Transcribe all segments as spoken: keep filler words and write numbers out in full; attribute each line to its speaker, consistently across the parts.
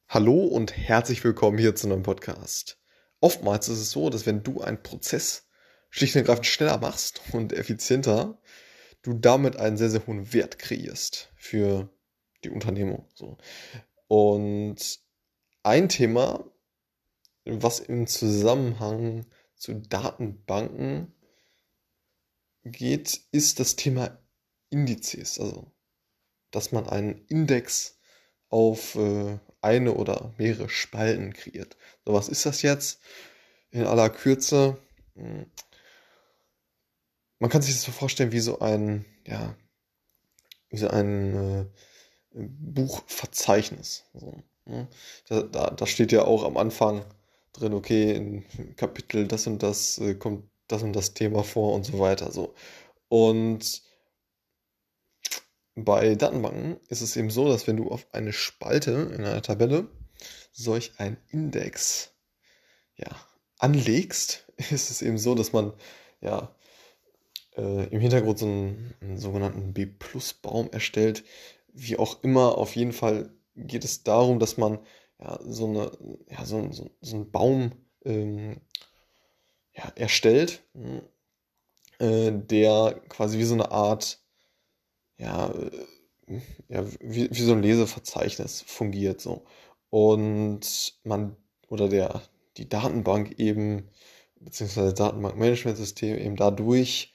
Speaker 1: Hallo und herzlich willkommen hier zu einem Podcast. Oftmals ist es so, dass wenn du einen Prozess schlicht und ergreifend schneller machst und effizienter, du damit einen sehr, sehr hohen Wert kreierst für die Unternehmung. So. Und ein Thema, was im Zusammenhang zu Datenbanken geht, ist das Thema Indizes. Also, dass man einen Index auf äh, eine oder mehrere Spalten kreiert. So, was ist das jetzt? In aller Kürze. Hm, Man kann sich das so vorstellen wie so ein, ja, wie so ein äh, Buchverzeichnis. So, ne? Da, da, da steht ja auch am Anfang drin, okay, in Kapitel das und das äh, kommt das und das Thema vor und so weiter. So. Und bei Datenbanken ist es eben so, dass wenn du auf eine Spalte in einer Tabelle solch einen Index ja, anlegst, ist es eben so, dass man ja äh, im Hintergrund so einen, einen sogenannten B-Plus-Baum erstellt. Wie auch immer, auf jeden Fall geht es darum, dass man ja, so, eine, ja, so, so, so einen Baum ähm, ja, erstellt, äh, der quasi wie so eine Art, ja, äh, ja wie, wie so ein Leseverzeichnis fungiert. So. Und man, oder der, die Datenbank eben, beziehungsweise Datenbankmanagementsystem eben dadurch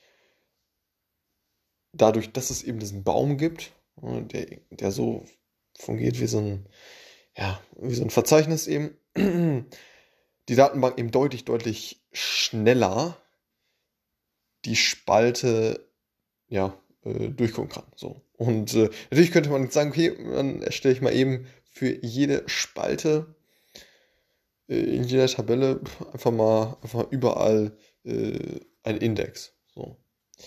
Speaker 1: dadurch, dass es eben diesen Baum gibt, äh, der, der so fungiert wie so ein, ja, wie so ein Verzeichnis eben, die Datenbank eben deutlich, deutlich schneller die Spalte, ja, äh, durchgucken kann. So. Und äh, natürlich könnte man jetzt sagen, okay, dann erstelle ich mal eben für jede Spalte äh, in jeder Tabelle einfach mal einfach überall äh, einen Index. So.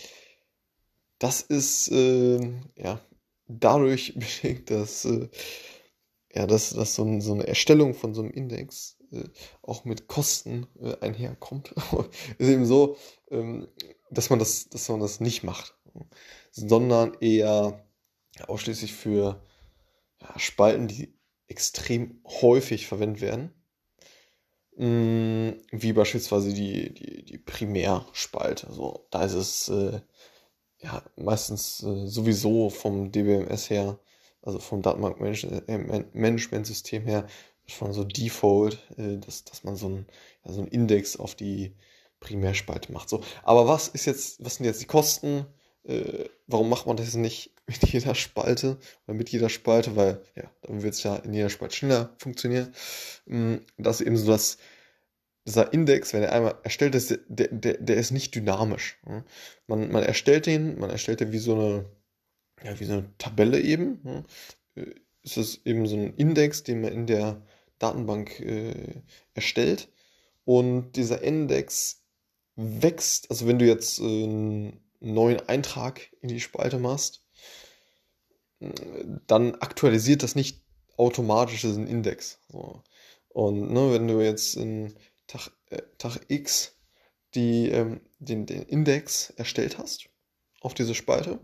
Speaker 1: Das ist äh, ja dadurch bedingt, dass, äh, ja, dass, dass so, ein, so eine Erstellung von so einem Index äh, auch mit Kosten äh, einherkommt. Ist eben so, ähm, dass man das, dass man das nicht macht, sondern eher ausschließlich für ja, Spalten, die extrem häufig verwendet werden. Mm, Wie beispielsweise die, die, die Primärspalte. So, da ist es äh, ja, meistens äh, sowieso vom D B M S her, also vom Datenbankmanagementsystem her, schon so Default, äh, dass, dass man so ein, ja, so einen Index auf die Primärspalte macht. So. Aber was ist jetzt, was sind jetzt die Kosten? Äh, warum macht man das nicht mit jeder Spalte oder mit jeder Spalte? Weil, ja, dann wird es ja in jeder Spalte schneller funktionieren. Mm, Das ist eben so, dass dieser Index, wenn er einmal erstellt ist, der, der, der ist nicht dynamisch. Ne? Man, man erstellt den, man erstellt den wie so eine, ja, wie so eine Tabelle eben. Ne? Äh, Es ist eben so ein Index, den man in der Datenbank äh, erstellt. Und dieser Index wächst, also wenn du jetzt äh, einen neuen Eintrag in die Spalte machst, äh, dann aktualisiert das nicht automatisch diesen Index. So. Und ne, wenn du jetzt in Tag, äh, Tag X die, ähm, den, den Index erstellt hast auf diese Spalte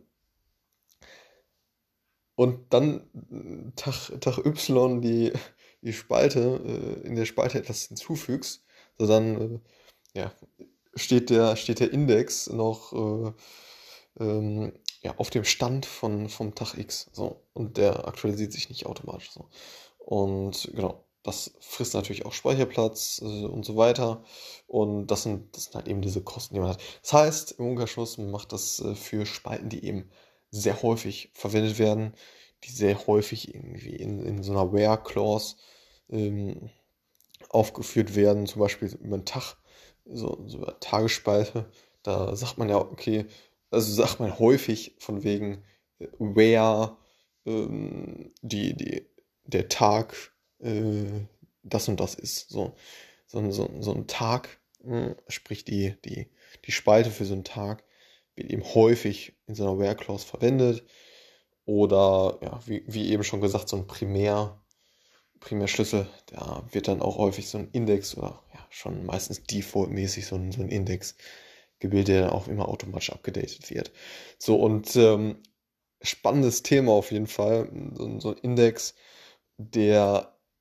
Speaker 1: und dann äh, Tag, Tag Y die, die Spalte, äh, in der Spalte etwas hinzufügst, so dann äh, ja, steht der, steht der Index noch äh, ähm, ja, auf dem Stand von, vom Tag X. So, und der aktualisiert sich nicht automatisch. So. Und genau, das frisst natürlich auch Speicherplatz äh, und so weiter. Und das sind, das sind halt eben diese Kosten, die man hat. Das heißt, im Umkehrschluss, man macht das äh, für Spalten, die eben sehr häufig verwendet werden, die sehr häufig irgendwie in, in so einer Where-Clause ähm, aufgeführt werden, zum Beispiel über den Tag, so, so eine Tagesspalte. Da sagt man ja, okay, also sagt man häufig von wegen, äh, where ähm, die, die, der Tag äh, das und das ist. So, so, so, so ein Tag, äh, sprich die, die, die Spalte für so einen Tag, wird eben häufig in so einer Where-Clause verwendet. Oder, ja, wie, wie eben schon gesagt, so ein Primär, Primärschlüssel, da wird dann auch häufig so ein Index oder ja, schon meistens defaultmäßig so ein, so ein Index gebildet, der dann auch immer automatisch abgedatet wird. So, und ähm, spannendes Thema auf jeden Fall. So, so ein Index, der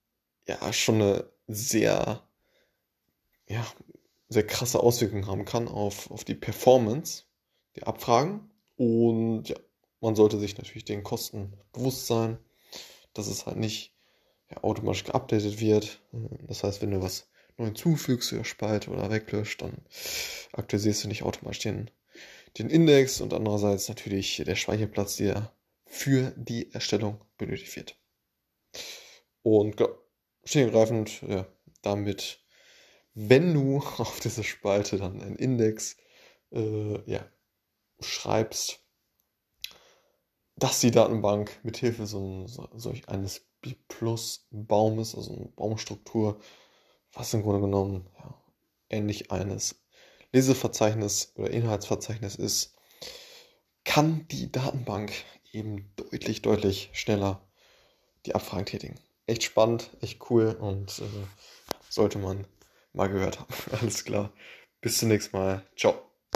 Speaker 1: ja schon eine sehr, ja, sehr krasse Auswirkungen haben kann auf, auf die Performance der Abfragen. Und ja, man sollte sich natürlich den Kosten bewusst sein, dass es halt nicht ja, automatisch geupdatet wird. Das heißt, wenn du was neu hinzufügst zur Spalte oder weglöscht, dann aktualisierst du nicht automatisch den, den Index und andererseits natürlich der Speicherplatz, der für die Erstellung benötigt wird. Und genau, schlicht und ergreifend, ja, damit, wenn du auf diese Spalte dann einen Index äh, ja, schreibst, dass die Datenbank mithilfe so, so solch eines B-Plus-Baumes, also eine Baumstruktur, was im Grunde genommen ja, ähnlich eines Leseverzeichnis oder Inhaltsverzeichnis ist, kann die Datenbank eben deutlich, deutlich schneller die Abfragen tätigen. Echt spannend, echt cool und äh, sollte man mal gehört haben. Alles klar. Bis zum nächsten Mal. Ciao.